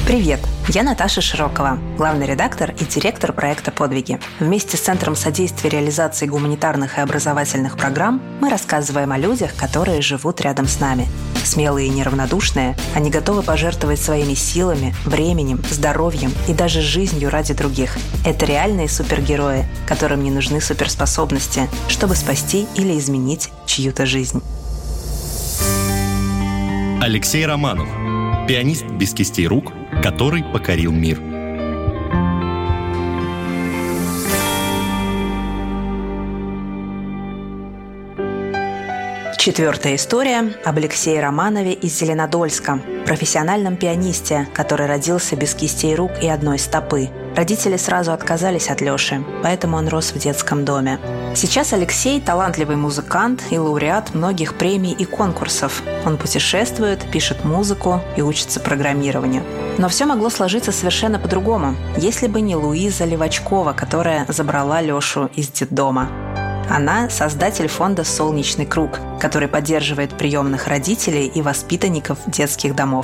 Привет! Я Наташа Широкова, главный редактор и директор проекта «Подвиги». Вместе с Центром содействия реализации гуманитарных и образовательных программ мы рассказываем о людях, которые живут рядом с нами. Смелые и неравнодушные, они готовы пожертвовать своими силами, временем, здоровьем и даже жизнью ради других. Это реальные супергерои, которым не нужны суперспособности, чтобы спасти или изменить чью-то жизнь. Алексей Романов, пианист без кистей рук, который покорил мир. Четвертая история об Алексее Романове из Зеленодольска, профессиональном пианисте, который родился без кистей рук и одной стопы. Родители сразу отказались от Лёши, поэтому он рос в детском доме. Сейчас Алексей – талантливый музыкант и лауреат многих премий и конкурсов. Он путешествует, пишет музыку и учится программированию. Но все могло сложиться совершенно по-другому, если бы не Луиза Левачкова, которая забрала Лёшу из детдома. Она – создатель фонда «Солнечный круг», который поддерживает приемных родителей и воспитанников детских домов.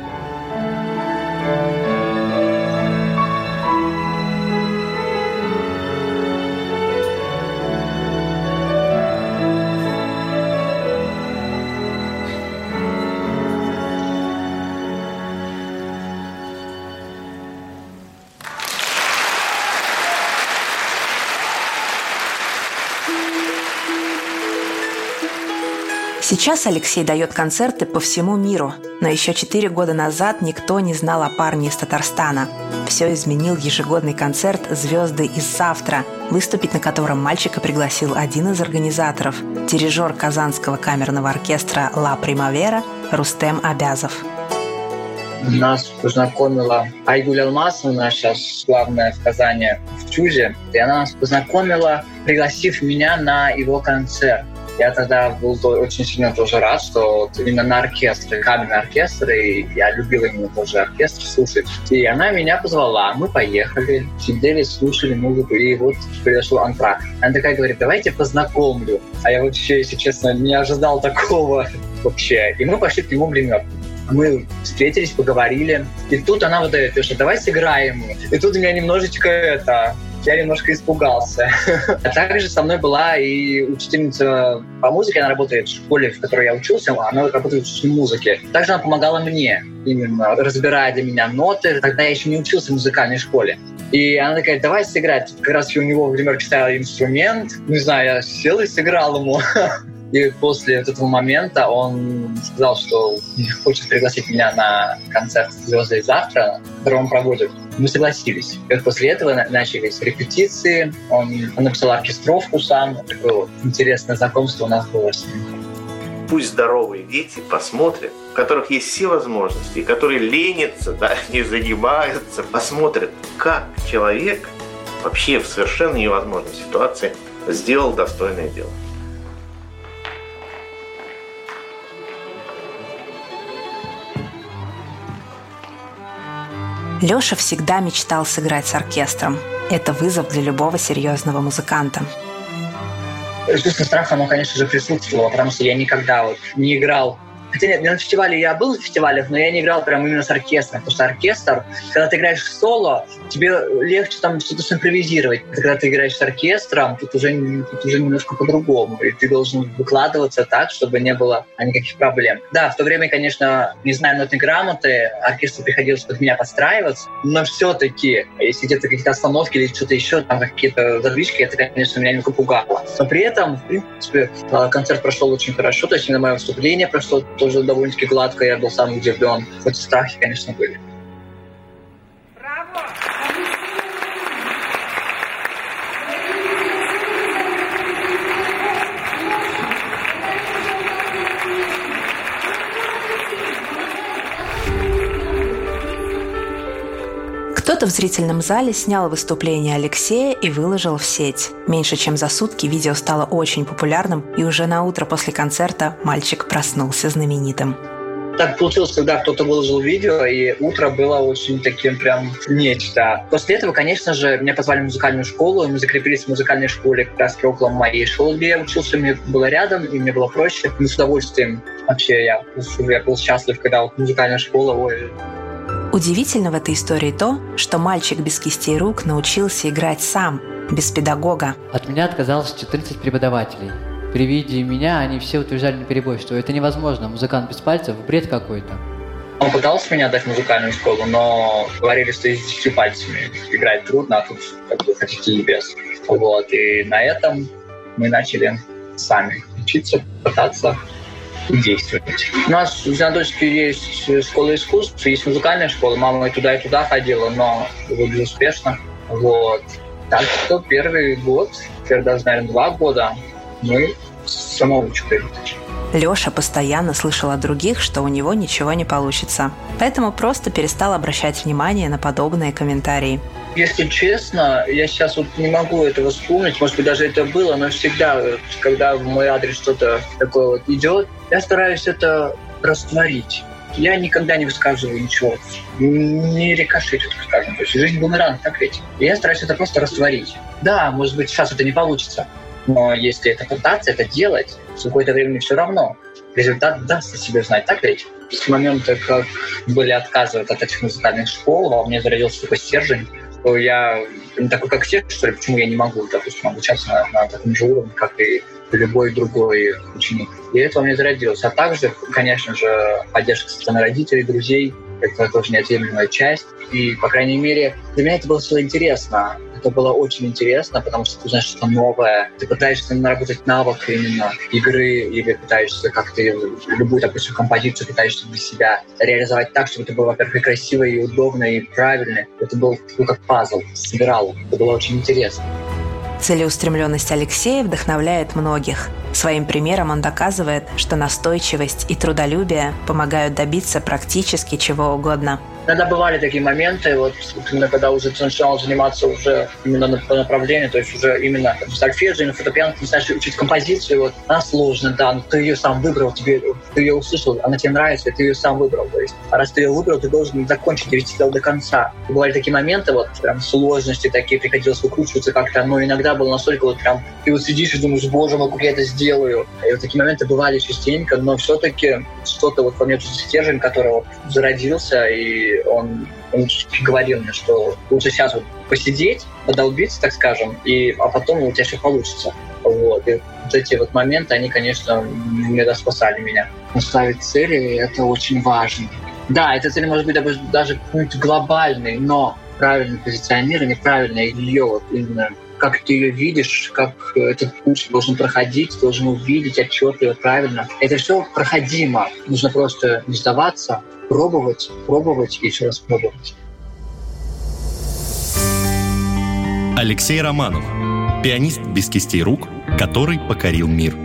Сейчас Алексей дает концерты по всему миру, но еще 4 года назад никто не знал о парне из Татарстана. Все изменил ежегодный концерт «Звезды из завтра», выступить на котором мальчика пригласил один из организаторов – дирижер Казанского камерного оркестра «Ла Примавера» Рустем Абязов. Нас познакомила Айгуль Алмасовна, сейчас главная в Казани, в ЧУЗе, и она нас познакомила, пригласив меня на его концерт. Я тогда был очень сильно тоже рад, что именно на оркестре, камерный оркестр, и я любил именно тоже оркестр слушать. И она меня позвала, мы поехали, сидели, слушали музыку, и вот произошел антракт. Она такая говорит: давайте познакомлю. А я вообще, если честно, не ожидал такого вообще. И мы пошли к нему в гримерку. Мы встретились, поговорили, и тут она выдает: Леша, давай сыграем. И тут меня я немножко испугался. А также со мной была и учительница по музыке, она работает в школе, в которой я учился, она работает в учителем музыки. Также она помогала мне, именно разбирая для меня ноты. Тогда я еще не учился в музыкальной школе. И она такая: давай сыграть. Как раз у него в гримерке стоял инструмент. Не знаю, я сел и сыграл ему. И после этого момента он сказал, что хочет пригласить меня на концерт «Звезды из завтра», который он проводит. Мы согласились. И после этого начались репетиции. Он написал оркестровку сам. Такое интересное знакомство у нас было с ним. Пусть здоровые дети посмотрят, у которых есть все возможности, которые ленятся, не загибаются, посмотрят, как человек вообще в совершенно невозможной ситуации сделал достойное дело. Лёша всегда мечтал сыграть с оркестром. Это вызов для любого серьезного музыканта. Чувство страха, оно, конечно же, присутствовало, потому что я никогда не играл. Хотя нет, на фестивале я был на фестивалях, но я не играл прям именно с оркестром. Потому что оркестр, когда ты играешь в соло, тебе легче там что-то симпровизировать. Когда ты играешь с оркестром, тут уже немножко по-другому. И ты должен выкладываться так, чтобы не было никаких проблем. Да, в то время, конечно, не зная нотной грамоты, оркестру приходилось под меня подстраиваться. Но все-таки, если где-то какие-то остановки или что-то еще, там какие-то задвижки, это, конечно, меня немного пугало. Но при этом, в принципе, концерт прошел очень хорошо. То есть именно мое выступление прошло тоже довольно-таки гладко, я был сам удивлен. Хоть страхи, конечно, были. Кто-то в зрительном зале снял выступление Алексея и выложил в сеть. Меньше чем за сутки видео стало очень популярным, и уже на утро после концерта мальчик проснулся знаменитым. Так получилось, когда кто-то выложил видео, и утро было очень таким прям нечто. После этого, конечно же, меня позвали в музыкальную школу, и мы закрепились в музыкальной школе как раз около моей школы, где я учился, мне было рядом, и мне было проще. И с удовольствием вообще я был счастлив, когда музыкальная школа... Удивительно в этой истории то, что мальчик без кистей рук научился играть сам, без педагога. От меня отказалось 14 преподавателей. При виде меня они все утверждали наперебой, что это невозможно, музыкант без пальцев – бред какой-то. Он пытался меня дать в музыкальную школу, но говорили, что и с 10 пальцами играть трудно, а тут как бы хотите и без. Вот. И на этом мы начали сами учиться, пытаться действовать. У нас в Зеленодольске есть школа искусств, есть музыкальная школа. Мама и туда ходила, но безуспешно. Вот. Так что первый год, даже, наверное, 2 года мы самоучкой. Лёша постоянно слышал от других, что у него ничего не получится. Поэтому просто перестал обращать внимание на подобные комментарии. Если честно, я сейчас вот не могу этого вспомнить, может быть, даже это было, но всегда, когда в мой адрес что-то такое вот идет, я стараюсь это растворить. Я никогда не высказываю ничего, не рикошечу, так скажем. То есть жизнь бумеранг, так ведь. И я стараюсь это просто растворить. Да, может быть, сейчас это не получится, но если это пытаться, это делать, с какое-то время все равно. Результат даст о себе знать, так ведь? С момента, как были отказы от этих музыкальных школ, во мне зародился такой стержень, что я не такой, как все, что ли, почему я не могу, допустим, обучаться на таком же уровне, как и любой другой ученик. И это во мне зародилось. А также, конечно же, поддержка со стороны родителей, друзей, это тоже неотъемлемая часть. И, по крайней мере, для меня это было все интересно. Это было очень интересно, потому что ты знаешь что-то новое. Ты пытаешься наработать навык именно игры или пытаешься как-то любую, допустим, композицию пытаешься для себя реализовать так, чтобы это было, во-первых, и красиво, и удобно, и правильно. Это был как пазл, собирал. Это было очень интересно. Целеустремленность Алексея вдохновляет многих. Своим примером он доказывает, что настойчивость и трудолюбие помогают добиться практически чего угодно. Иногда бывали такие моменты, вот именно когда уже ты начинал заниматься уже именно по направлению, то есть уже именно сольфеджио, фортепиано, ты начинаешь учить композицию, вот она сложная, да, но ты ее сам выбрал, ты ее услышал, она тебе нравится, ты ее сам выбрал, то есть, а раз ты ее выбрал, ты должен закончить, довести дело до конца. И бывали такие моменты, вот прям сложности такие, приходилось выкручиваться как-то, но иногда было настолько вот прям, ты вот сидишь и думаешь, боже мой, как я это сделаю. И вот такие моменты бывали частенько, но все-таки что-то вот во мне стержень, который вот зародился, и он говорил мне, что лучше сейчас вот посидеть, подолбиться, так скажем, а потом у тебя все получится. Вот. И вот эти вот моменты, они, конечно, иногда спасали меня. Ставить цели — это очень важно. Да, эта цель может быть даже какой-нибудь глобальный, но правильное позиционирование, правильное ее вот именно как ты ее видишь, как этот путь должен проходить, должен увидеть отчетливо, правильно. Это все проходимо. Нужно просто не сдаваться, пробовать и еще раз пробовать. Алексей Романов, пианист без кистей рук, который покорил мир.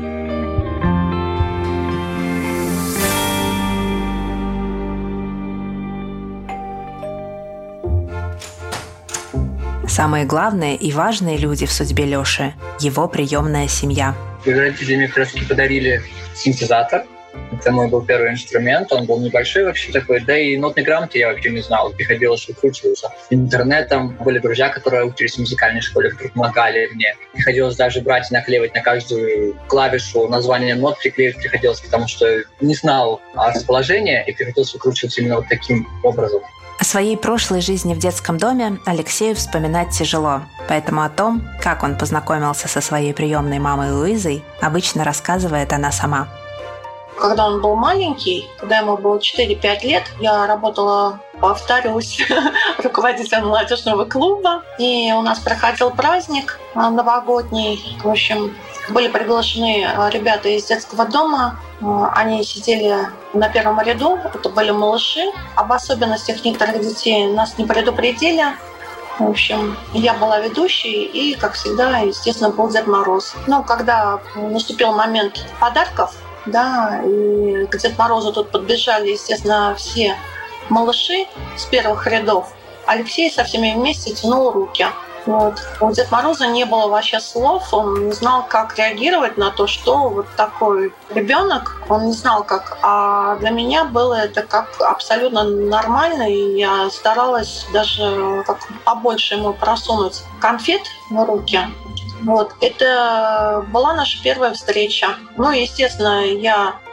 Самые главные и важные люди в судьбе Лёши – его приемная семья. Родители мне как раз подарили синтезатор. Это мой был первый инструмент, он был небольшой вообще такой, да и нотной грамоты я вообще не знал, приходилось выкручиваться. Интернетом были друзья, которые учились в музыкальной школе, которые помогали мне. Приходилось даже брать и наклеивать на каждую клавишу название нот, приклеивать приходилось, потому что не знал расположения и приходилось выкручиваться именно вот таким образом. О своей прошлой жизни в детском доме Алексею вспоминать тяжело, поэтому о том, как он познакомился со своей приемной мамой Луизой, обычно рассказывает она сама. Когда он был маленький, когда ему было 4-5 лет, я работала, повторюсь, руководителем молодежного клуба. И у нас проходил праздник новогодний. В общем, были приглашены ребята из детского дома. Они сидели на первом ряду. Это были малыши. Об особенностях некоторых детей нас не предупредили. В общем, я была ведущей, и, как всегда, естественно, был Дед Мороз. Но когда наступил момент подарков, да, и к Деду Морозу тут подбежали, естественно, все малыши с первых рядов. Алексей со всеми вместе тянул руки. Вот. У Деда Мороза не было вообще слов, он не знал, как реагировать на то, что вот такой ребенок, он не знал, как. А для меня было это как абсолютно нормально, и я старалась даже как побольше ему просунуть конфет в руки. Вот. Это была наша первая встреча. Ну, естественно, я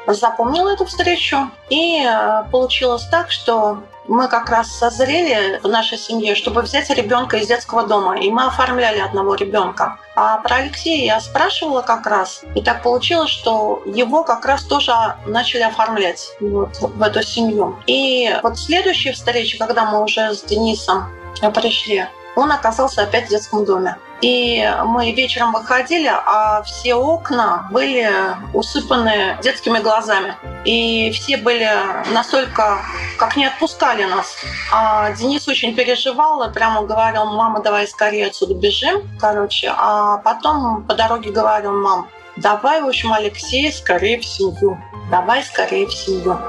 запомнила эту встречу. И получилось так, что мы как раз созрели в нашей семье, чтобы взять ребенка из детского дома. И мы оформляли одного ребенка. А про Алексея я спрашивала как раз. И так получилось, что его как раз тоже начали оформлять в эту семью. И вот следующая встреча, когда мы уже с Денисом пришли, он оказался опять в детском доме. И мы вечером выходили, а все окна были усыпаны детскими глазами. И все были настолько, как не отпускали нас. А Денис очень переживал и прямо говорил: мама, давай скорее отсюда бежим. А потом по дороге говорил: мам, давай, в общем, Алексей, скорее в семью. Давай скорее в семью.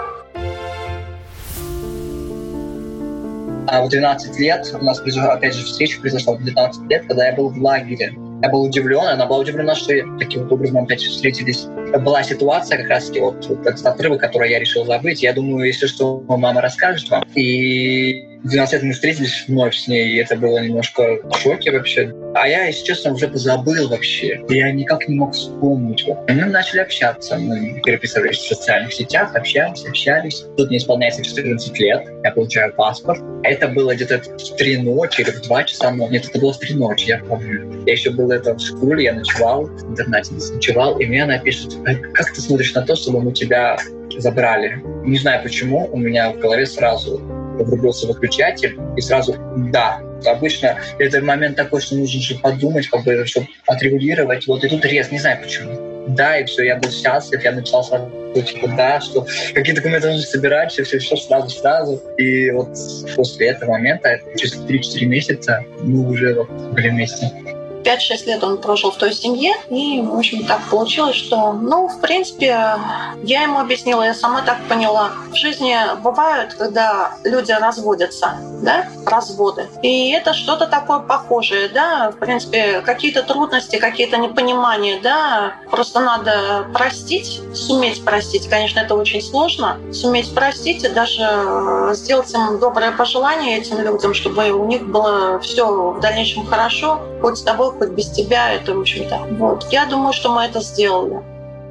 А в 12 лет у нас, опять же, встреча произошла в 12 лет, когда я был в лагере. Я был удивлен, она была удивлена, что таким вот образом опять встретились. Была ситуация, как раз-таки вот этот отрывок, который я решил забыть. Я думаю, если что, мама расскажет вам. И в 12 лет мы встретились вновь с ней, и это было немножко в шоке вообще. А я, если честно, уже позабыл вообще. Я никак не мог вспомнить. Мы начали общаться, мы переписывались в социальных сетях, общались. Тут мне исполняется 14 лет, я получаю паспорт. Это было где-то в 3 ночи или в 2 часа. Нет, это было в 3 ночи, я помню. Я еще был в школе, я ночевал, в интернате ночевал, и мне она пишет: как ты смотришь на то, чтобы мы тебя забрали? Не знаю почему, у меня в голове сразу врубился выключатель, и сразу «да». Обычно этот момент такой, что нужно же подумать, чтобы отрегулировать. И тут резко, не знаю почему. Да, и все, я был счастлив, я написал сразу, да, что какие документы нужно собирать, все сразу. И вот после этого момента, через 3-4 месяца, мы уже были вместе. 5-6 лет он прожил в той семье, и, в общем, так получилось, что, в принципе, я ему объяснила, я сама так поняла. В жизни бывают, когда люди разводятся, да, разводы. И это что-то такое похожее, да, в принципе, какие-то трудности, какие-то непонимания, да, просто надо простить, суметь простить. Конечно, это очень сложно, суметь простить и даже сделать им доброе пожелание этим людям, чтобы у них было все в дальнейшем хорошо, хоть с тобой, хоть без тебя, это, в общем-то. Я думаю, что мы это сделали.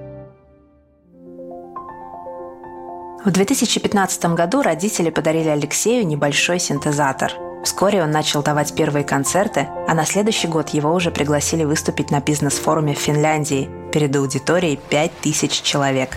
В 2015 году родители подарили Алексею небольшой синтезатор. Вскоре он начал давать первые концерты, а на следующий год его уже пригласили выступить на бизнес-форуме в Финляндии перед аудиторией 5000 человек.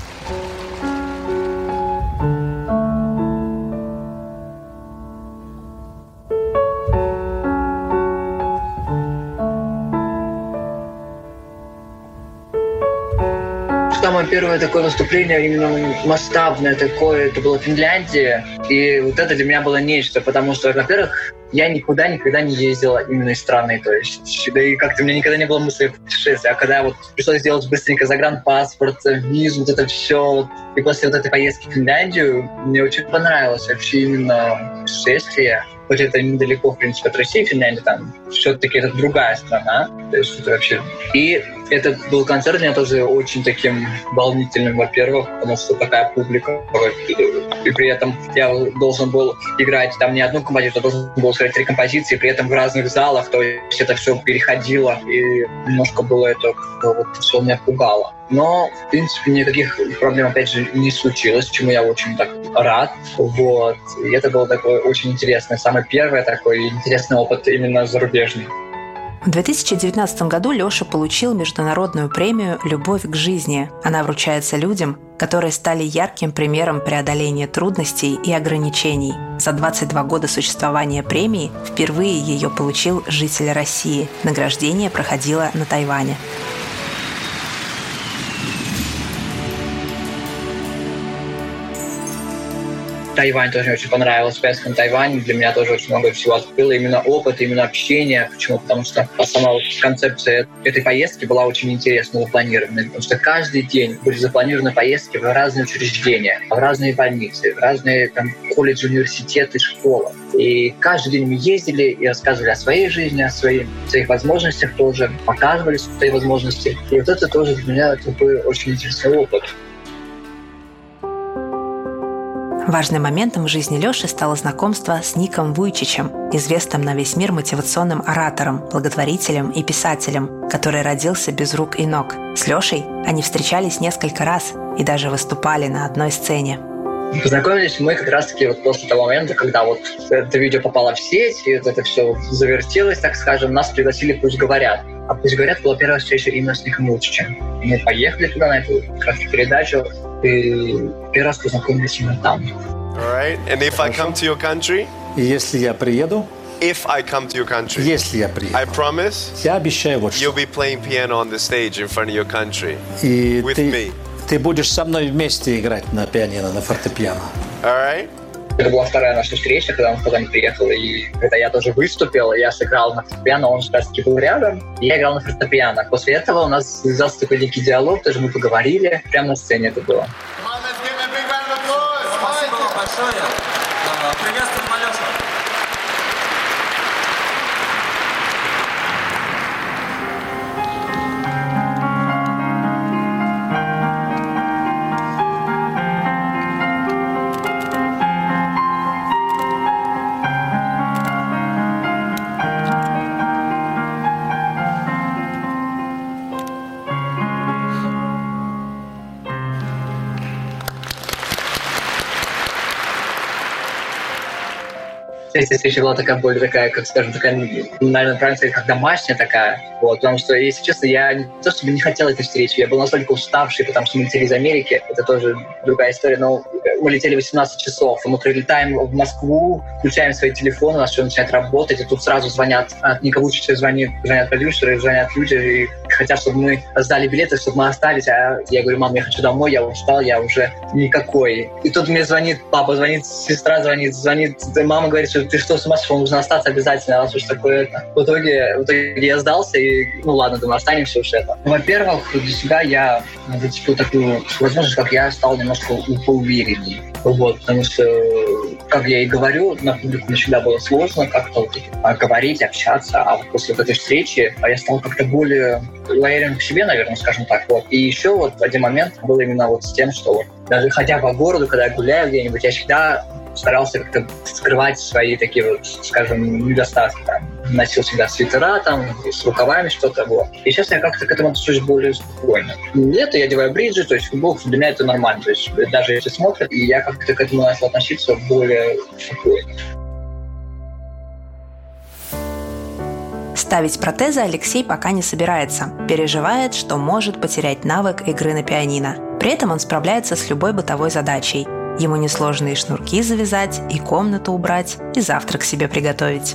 Самое первое такое выступление, именно масштабное такое, это было в Финляндии. И вот это для меня было нечто, потому что, во-первых, я никуда никогда не ездила именно из страны, то есть, да и как-то у меня никогда не было мысли о путешествии. А когда пришлось сделать быстренько загранпаспорт, визу, это все, и после этой поездки в Финляндию мне очень понравилось вообще именно путешествие. Хоть это недалеко, в принципе, от России, Финляндия, там все-таки это другая страна. То есть это вообще... И этот был концерт для меня тоже очень таким волнительным, во-первых, потому что такая публика. И при этом я должен был играть там не одну композицию, я должен был сыграть 3 композиции, при этом в разных залах. То есть это все переходило, и немножко было это, все меня пугало. Но, в принципе, никаких проблем, опять же, не случилось, чему я очень так рад. И это было такое очень интересное, самый первый такой интересный опыт именно зарубежный. В 2019 году Лёша получил международную премию «Любовь к жизни». Она вручается людям, которые стали ярким примером преодоления трудностей и ограничений. За 22 года существования премии впервые ее получил житель России. Награждение проходило на Тайване. Тайвань тоже очень понравилась. Поездка на Тайвань для меня тоже очень много всего открыла. Именно опыт, именно общение. Почему? Потому что сама концепция этой поездки была очень интересно запланирована. Потому что каждый день были запланированы поездки в разные учреждения, в разные больницы, в разные колледжи, университеты, школы. И каждый день мы ездили и рассказывали о своей жизни, о своих возможностях тоже, показывали свои возможности. И это тоже для меня такой очень интересный опыт. В Важным моментом в жизни Лёши стало знакомство с Ником Вуйчичем, известным на весь мир мотивационным оратором, благотворителем и писателем, который родился без рук и ног. С Лёшей они встречались несколько раз и даже выступали на одной сцене. Познакомились мы как раз-таки вот после того момента, когда вот это видео попало в сеть, и это все завертелось, так скажем, нас пригласили в «Пусть говорят». А «Пусть говорят» была первая встреча именно с Ником Вуйчичем. Мы поехали туда, на эту как раз передачу, и первый раз познакомились именно там. Alright, and if I come to your country? Если я приеду, If I come to your country, если я приеду, I promise, я обещаю вот что. you'll be playing piano on the stage in front of your country И with me. ты будешь со мной вместе играть на пианино, на фортепиано. Alright? Это была вторая наша встреча, когда он ко мне приехал, и когда я тоже выступил, я сыграл на фортепиано, он как раз-таки был рядом, и я играл на фортепиано. После этого у нас завязался такой некий диалог, тоже мы поговорили, прямо на сцене это было. Спасибо вам большое. Приветствуем, Алёша. Третья встреча была такая более такая, как скажем, такая, наверное, правильно сказать, как домашняя такая. Вот, потому что, если честно, я не то чтобы не хотел этой встречи, я был настолько уставший, потому что мы летели из Америки, это тоже другая история, но мы летели 18 часов, и мы прилетаем в Москву, включаем свои телефоны, у нас все начинает работать, и тут сразу звонят от Ника Вуйчича, звонят продюсеры, звонят люди, и хотят, чтобы мы сдали билеты, чтобы мы остались, а я говорю: мам, я хочу домой, я устал, я уже никакой. И тут мне звонит папа, звонит сестра, звонит, мама говорит, что ты что, с ума сошел, нужно остаться обязательно, раз уж такое это. В итоге я сдался, и ну ладно, думаю, останемся уж это. Во-первых, для себя я зацепил такую возможность, как я стал немножко поувереннее. Вот, потому что, как я и говорю, на публику мне всегда было сложно как-то вот говорить, общаться, а вот после вот этой встречи я стал как-то более лояльным к себе, наверное, скажем так. Вот. И еще вот один момент был именно вот с тем, что вот, даже ходя по городу, когда я гуляю где-нибудь, я всегда старался как-то скрывать свои такие вот, скажем, недостатки. Там. Носил всегда свитера, там, с рукавами что-то. Вот. И сейчас я как-то к этому отношусь более спокойно. Лето я одеваю бриджи, то есть футболку, для меня это нормально. То есть даже если смотрят, и я как-то к этому начал относиться более спокойно. Ставить протезы Алексей пока не собирается. Переживает, что может потерять навык игры на пианино. При этом он справляется с любой бытовой задачей. Ему несложно и шнурки завязать, и комнату убрать, и завтрак себе приготовить.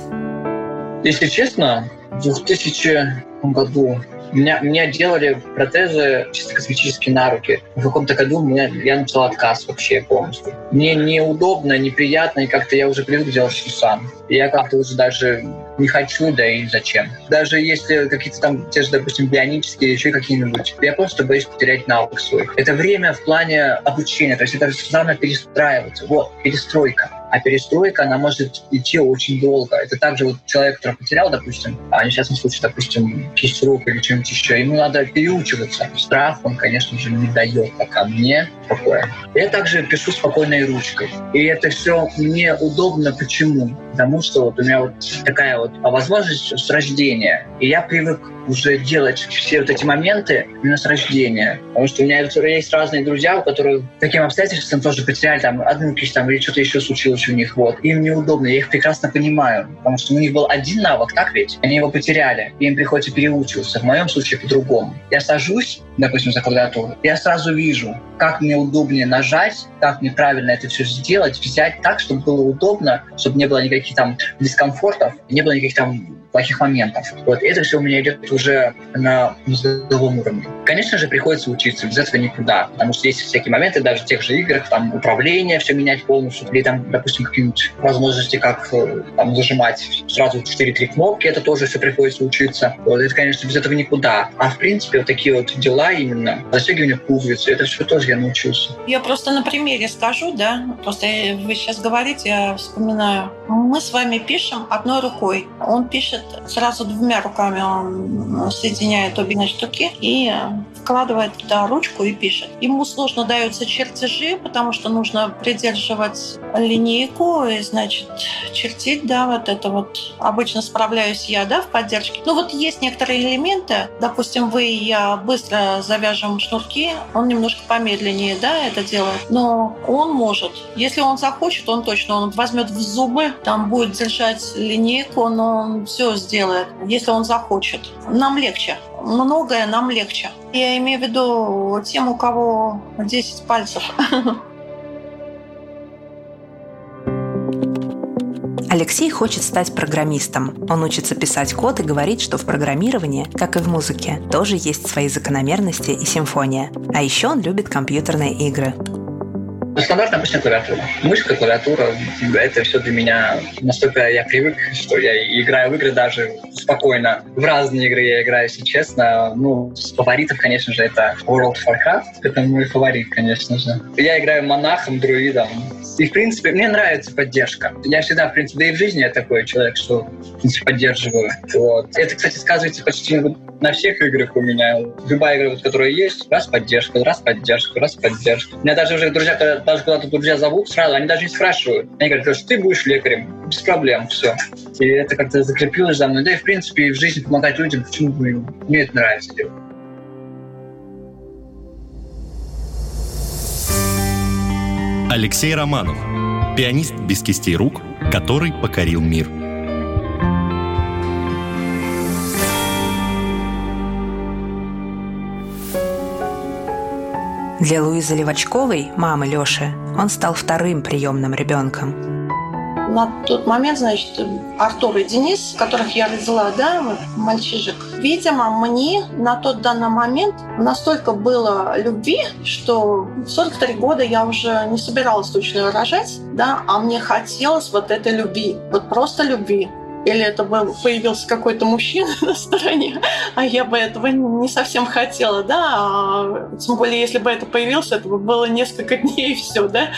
Если честно, в 2000 году мне делали протезы чисто косметические на руки. В каком-то году я начал отказ вообще полностью. Мне неудобно, неприятно, и как-то я уже привык делать все сам. И я как-то уже даже не хочу, да и зачем. Даже если какие-то там, те же, допустим, бионические или еще какие-нибудь, я просто боюсь потерять навык свой. Это время в плане обучения, то есть это самое перестраиваться. Вот, перестройка. А перестройка, она может идти очень долго. Это также вот человек, который потерял, допустим, а в несчастном случае, допустим, кисть рук или что-нибудь еще, ему надо переучиваться. Страх, он, конечно же, не дает пока мне такое. Я также пишу спокойной ручкой. И это все мне удобно. Почему? Потому что вот у меня вот такая вот возможность с рождения. И я привык уже делать все вот эти моменты именно с рождения. Потому что у меня есть разные друзья, у которых таким обстоятельствам тоже потеряли там одну кисть там, или что-то еще случилось у них. Вот. Им неудобно, я их прекрасно понимаю. Потому что у них был один навык, так ведь? Они его потеряли, и им приходится переучиваться. В моем случае по-другому. Я сажусь, допустим, за клавиатуру, я сразу вижу, как мне удобнее нажать, как мне правильно это все сделать, взять так, чтобы было удобно, чтобы не было никаких там дискомфортов, не было никаких там плохих моментов. Вот это все у меня идет уже на мозговом уровне. Конечно же, приходится учиться, без этого никуда, потому что есть всякие моменты, даже в тех же играх, там управление все менять полностью, или там, допустим, какие-нибудь возможности, как там зажимать сразу 4-3 кнопки, это тоже все приходится учиться. Вот это, конечно, без этого никуда. А в принципе, вот такие вот дела именно, застегивание пуговицы, это все тоже я научился. Я просто на примере скажу, да, просто вы сейчас говорите, я вспоминаю. Мы с вами пишем одной рукой. Он пишет сразу двумя руками, он соединяет обе штуки и вкладывает туда ручку и пишет. Ему сложно даются чертежи, потому что нужно придерживать линейку и, значит, чертить, да, вот это вот. Обычно справляюсь я, да, в поддержке. Но вот есть некоторые элементы, допустим, вы и я быстро завяжем шнурки, он немножко помедленнее, да, это делает, но он может. Если он захочет, он точно, он возьмет в зубы, там будет держать линейку, но он все сделает, если он захочет. Нам легче. Многое нам легче. Я имею в виду тем, у кого 10 пальцев. Алексей хочет стать программистом. Он учится писать код и говорит, что в программировании, как и в музыке, тоже есть свои закономерности и симфония. А еще он любит компьютерные игры. Стандартная обычная клавиатура. Мышка, клавиатура — это все для меня. Настолько я привык, что я играю в игры даже спокойно. В разные игры я играю, если честно. С фаворитов, конечно же, это World of Warcraft. Это мой фаворит, конечно же. Я играю монахом, друидом. И, в принципе, мне нравится поддержка. Я всегда, в принципе, да и в жизни я такой человек, что, в принципе, поддерживаю. Вот. Это, кстати, сказывается почти на всех играх у меня. Любая игра, которая есть, раз поддержка, раз поддержка, раз поддержка. Меня даже уже друзья, даже куда-то друзья зовут сразу, они даже не спрашивают. Они говорят, что ты будешь лекарем. Без проблем, все. И это как-то закрепилось за мной. Да и, в принципе, в жизни помогать людям, почему бы мне это нравится делать. Алексей Романов, пианист без кистей рук, который покорил мир. Для Луизы Левачковой, мамы Лёши, он стал вторым приемным ребенком. На тот момент, значит, Артур и Денис, которых я родила, да, мальчишек, видимо, мне на тот данный момент настолько было любви, что в 43 года я уже не собиралась точно рожать, да, а мне хотелось вот этой любви, вот просто любви. Или это появился какой-то мужчина на стороне, а я бы этого не совсем хотела, да. Тем более, если бы это появилось, это бы было несколько дней и все, да.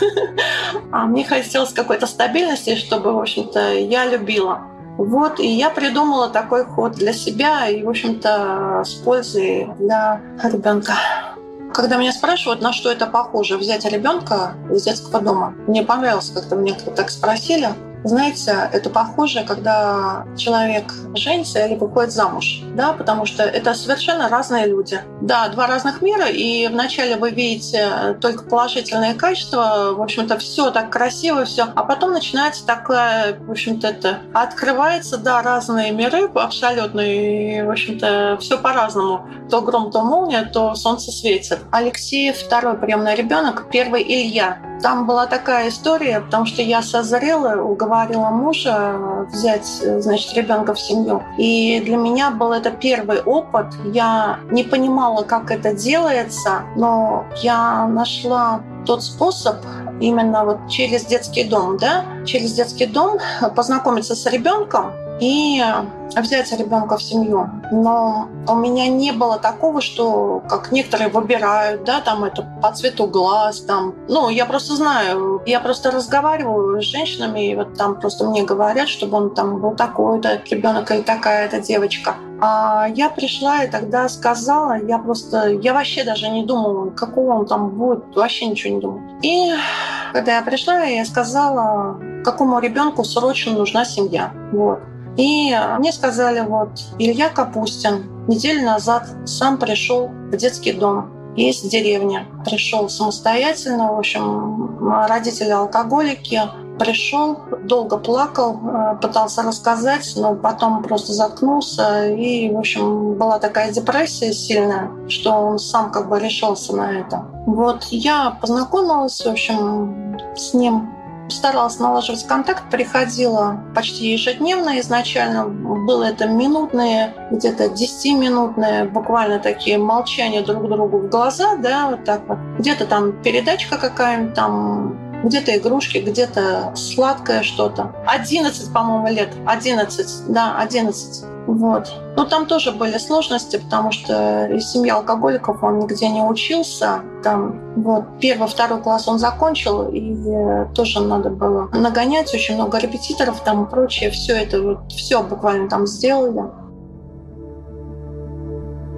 А мне хотелось какой-то стабильности, чтобы, в общем-то, я любила. Вот, и я придумала такой ход для себя и, в общем-то, с пользой для ребенка. Когда меня спрашивают, на что это похоже, взять ребенка из детского дома, мне понравилось, как-то мне так спросили. Знаете, это похоже, когда человек женится или выходит замуж, да, потому что это совершенно разные люди. Да, два разных мира, и вначале вы видите только положительные качества, в общем-то, все так красиво, все, а потом начинается такая, в общем-то, это открывается, да, разные миры абсолютно, и, в общем-то, все по-разному. То гром, то молния, то солнце светит. Алексей второй приемный ребенок, первый Илья. Там была такая история, потому что я созрела, уговорила мужа взять, значит, ребенка в семью. И для меня был это первый опыт. Я не понимала, как это делается, но я нашла тот способ именно вот через детский дом, да, через детский дом познакомиться с ребенком и взять ребенка в семью. Но у меня не было такого, что как некоторые выбирают, да, там это по цвету глаз, там. Я просто знаю, я просто разговариваю с женщинами, и вот там просто мне говорят, чтобы он там был такой-то ребенок или такая-то девочка. А я пришла и тогда сказала, я вообще даже не думала, какого он там будет, вообще ничего не думала. И когда я пришла, я сказала, какому ребенку срочно нужна семья. Вот. И мне сказали, вот, Илья Капустин неделю назад сам пришел в детский дом из деревни. Пришел самостоятельно, в общем, родители алкоголики. Пришел, долго плакал, пытался рассказать, но потом просто заткнулся. И, в общем, была такая депрессия сильная, что он сам как бы решился на это. Вот я познакомилась, в общем, с ним. Старалась налаживать контакт, приходила почти ежедневно изначально. Было это минутные, где-то 10-минутные, буквально такие молчания друг другу в глаза, да, вот так вот. Где-то там передачка какая-нибудь, там где-то игрушки, где-то сладкое что-то. 11, по-моему, лет. 11, да, 11. Вот. Но там тоже были сложности, потому что из семьи алкоголиков он нигде не учился. Там вот 1-2 класс он закончил, и тоже надо было нагонять, очень много репетиторов там и прочее. Все это вот, все буквально там сделали.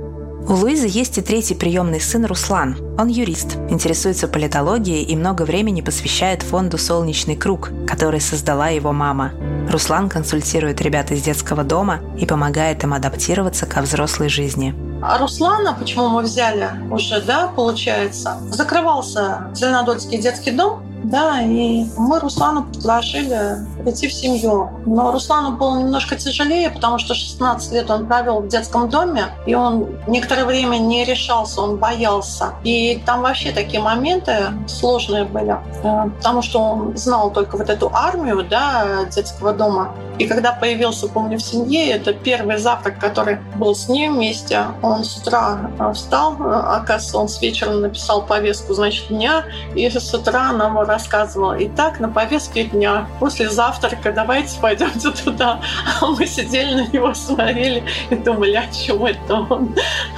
У Луизы есть и третий приемный сын Руслан. Он юрист, интересуется политологией и много времени посвящает фонду «Солнечный круг», который создала его мама. Руслан консультирует ребят из детского дома и помогает им адаптироваться ко взрослой жизни. А Руслана, почему мы взяли уже, получается, закрывался Зеленодольский детский дом, и мы Руслану предложили прийти в семью. Но Руслану было немножко тяжелее, потому что 16 лет он провел в детском доме, и он некоторое время не решался, он боялся. И там вообще такие моменты сложные были, потому что он знал только вот эту армию, детского дома. И когда появился, помню, в семье, это первый завтрак, который был с ним вместе. Он с утра встал, оказывается, он с вечера написал повестку, дня, и с утра нам рассказывал: итак, на повестке дня, после завтрака давайте пойдемте туда. А мы сидели на него, смотрели и думали, о чем это он.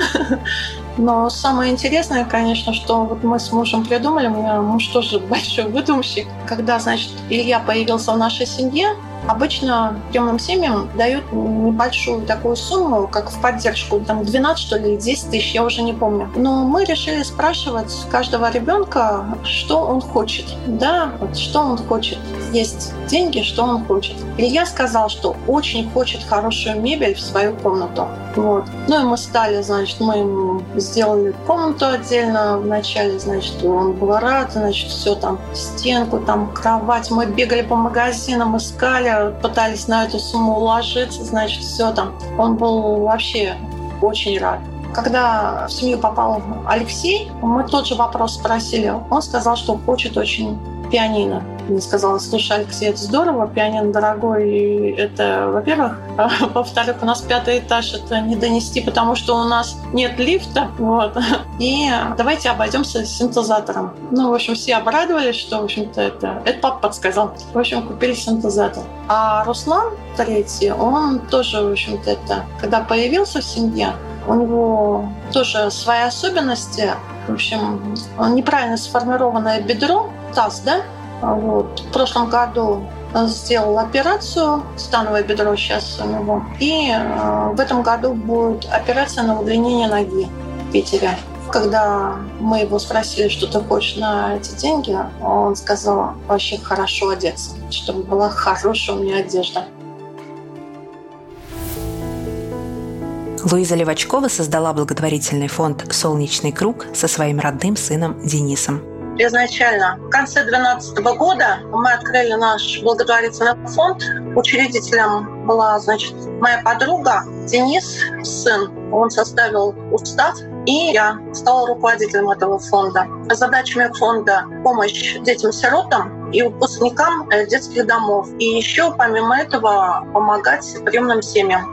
Но самое интересное, конечно, что вот мы с мужем придумали, у меня муж тоже большой выдумщик. Когда, Илья появился в нашей семье, обычно приемным семьям дают небольшую такую сумму, как в поддержку, 12, что ли, 10 тысяч, я уже не помню. Но мы решили спрашивать каждого ребенка, что он хочет. Что он хочет. Есть деньги, что он хочет. Илья сказал, что очень хочет хорошую мебель в свою комнату. И мы стали, мы ему сделали комнату отдельно вначале, он был рад, все стенку, кровать. Мы бегали по магазинам, искали, пытались на эту сумму уложиться, все там. Он был вообще очень рад. Когда в семью попал Алексей, мы тот же вопрос спросили. Он сказал, что хочет очень пианино. Я сказала: слушай, Алексей, это здорово, пианино дорогой, и это, во-первых. Во-вторых, у нас 5-й этаж, это не донести, потому что у нас нет лифта. И давайте обойдемся синтезатором. В общем, все обрадовались, что, в общем-то, это папа подсказал. В общем, купили синтезатор. А Руслан, третий, он тоже, в общем-то, когда появился в семье, у него тоже свои особенности. В общем, неправильно сформированное бедро, таз, В прошлом году он сделал операцию, становое бедро сейчас у него. И в этом году будет операция на удлинение ноги в Питере. Когда мы его спросили, что ты хочешь на эти деньги, он сказал: вообще хорошо одеться, чтобы была хорошая у меня одежда. Луиза Левачкова создала благотворительный фонд «Солнечный круг» со своим родным сыном Денисом. Изначально, в конце 2012 года мы открыли наш благотворительный фонд. Учредителем была, моя подруга Денис, сын. Он составил устав, и я стала руководителем этого фонда. Задачами фонда — помощь детям-сиротам и выпускникам детских домов. И еще, помимо этого, помогать приемным семьям.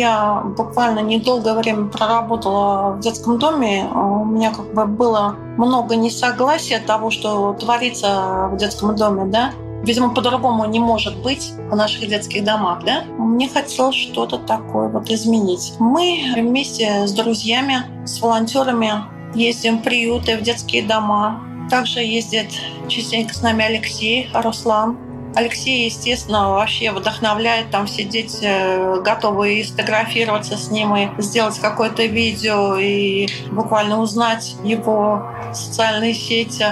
Я буквально недолгое время проработала в детском доме. У меня было много несогласия того, что творится в детском доме, Видимо, по-другому не может быть в наших детских домах, Мне хотелось что-то такое изменить. Мы вместе с друзьями, с волонтерами ездим в приюты, в детские дома. Также ездит частенько с нами Алексей, Руслан. Алексей, естественно, вообще вдохновляет. Все дети готовы сфотографироваться с ним и сделать какое-то видео и буквально узнать его социальные сети.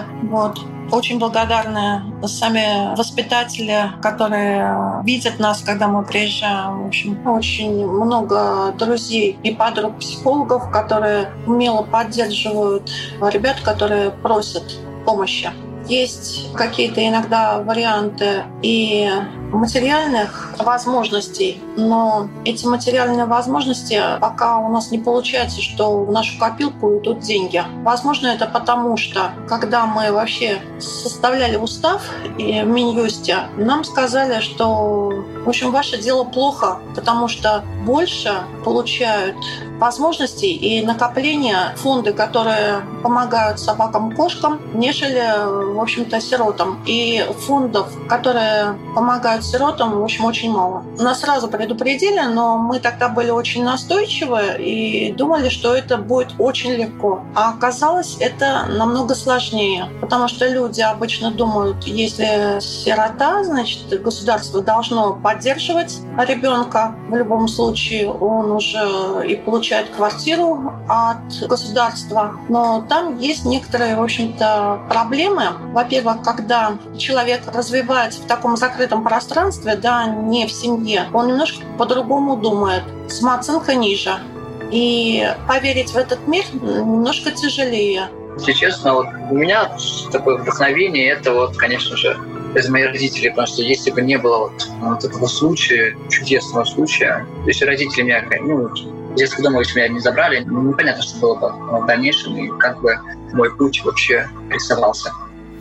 Очень благодарны сами воспитатели, которые видят нас, когда мы приезжаем. В общем, очень много друзей и подруг психологов, которые умело поддерживают ребят, которые просят помощи. Есть какие-то иногда варианты и материальных возможностей, но эти материальные возможности пока у нас не получается, что в нашу копилку идут деньги. Возможно, это потому, что когда мы вообще составляли устав и в Минюсте, нам сказали, что, в общем, ваше дело плохо, потому что больше получают возможностей и накопления фонды, которые помогают собакам и кошкам, нежели, в общем-то, сиротам. И фондов, которые помогают сиротам, в общем, очень мало. Нас сразу предупредили, но мы тогда были очень настойчивы и думали, что это будет очень легко. А оказалось, это намного сложнее, потому что люди обычно думают, если сирота, значит, государство должно поддерживать ребенка. В любом случае он уже и получает получают квартиру от государства, но там есть некоторые, в общем-то, проблемы. Во-первых, когда человек развивается в таком закрытом пространстве, да, не в семье, он немножко по-другому думает, самооценка ниже. И поверить в этот мир немножко тяжелее. Если честно, вот у меня такое вдохновение, это вот, конечно же, из моих родителей, потому что если бы не было вот этого случая, чудесного случая, если родители меня, в детский дом, если меня не забрали, непонятно, что было бы в дальнейшем, и как бы мой путь вообще рисовался.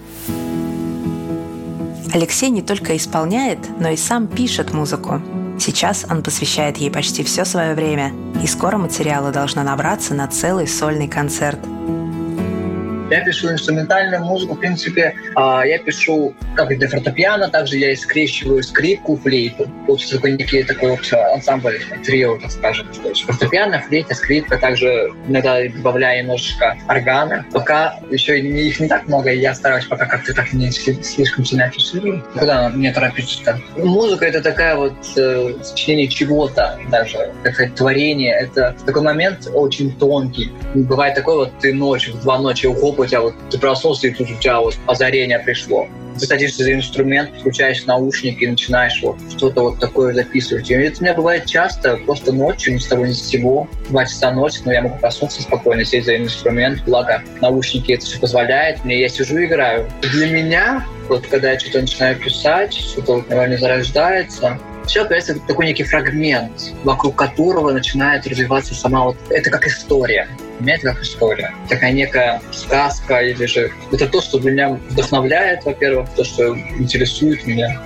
Алексей не только исполняет, но и сам пишет музыку. Сейчас он посвящает ей почти все свое время, и скоро материала должно набраться на целый сольный концерт. Я пишу инструментальную музыку, в принципе, я пишу как и для фортепиано, также я и скрещиваю скрипку, флейту. Получится такой вот ансамбль, трио, так скажем. То есть фортепиано, флейта, скрипка, также иногда добавляю немножечко органа. Пока еще их не так много, и я стараюсь пока как-то так не слишком сильно афишировать. Куда мне торопиться-то? Музыка — это такая вот сочинение чего-то даже, так сказать, творение. Это такой момент очень тонкий. Бывает такое вот, ты ночью, в 2 ночи у тебя вот ты проснулся, и тут у тебя вот озарение пришло. Ты садишься за инструмент, включаешь наушники и начинаешь вот что-то вот такое записывать. И это у меня бывает часто, просто ночью, ни с того ни с сего, 2 часа ночи, но я могу проснуться спокойно, сесть за инструмент, благо наушники это все позволяет мне, я сижу и играю. Для меня, вот когда я что-то начинаю писать, что-то вот, наверное, зарождается, все опять такой некий фрагмент, вокруг которого начинает развиваться сама вот... Это как история. Для меня это как история. Такая некая сказка или же... Это то, что меня вдохновляет, во-первых, то, что интересует меня.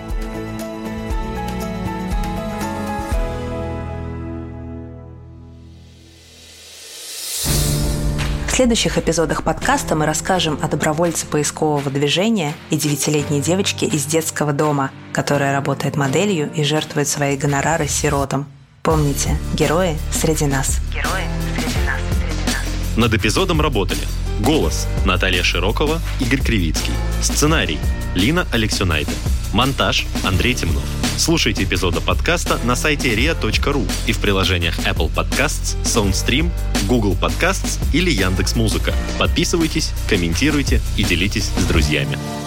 В следующих эпизодах подкаста мы расскажем о добровольце поискового движения и 9-летней девочке из детского дома, которая работает моделью и жертвует свои гонорары сиротам. Помните, герои среди нас. Герои среди нас. Над эпизодом работали голос – Наталья Широкова, Игорь Кривицкий, сценарий – Лина Алексюнайте, монтаж – Андрей Темнов. Слушайте эпизоды подкаста на сайте ria.ru и в приложениях Apple Podcasts, SoundStream, Google Podcasts или Яндекс.Музыка. Подписывайтесь, комментируйте и делитесь с друзьями.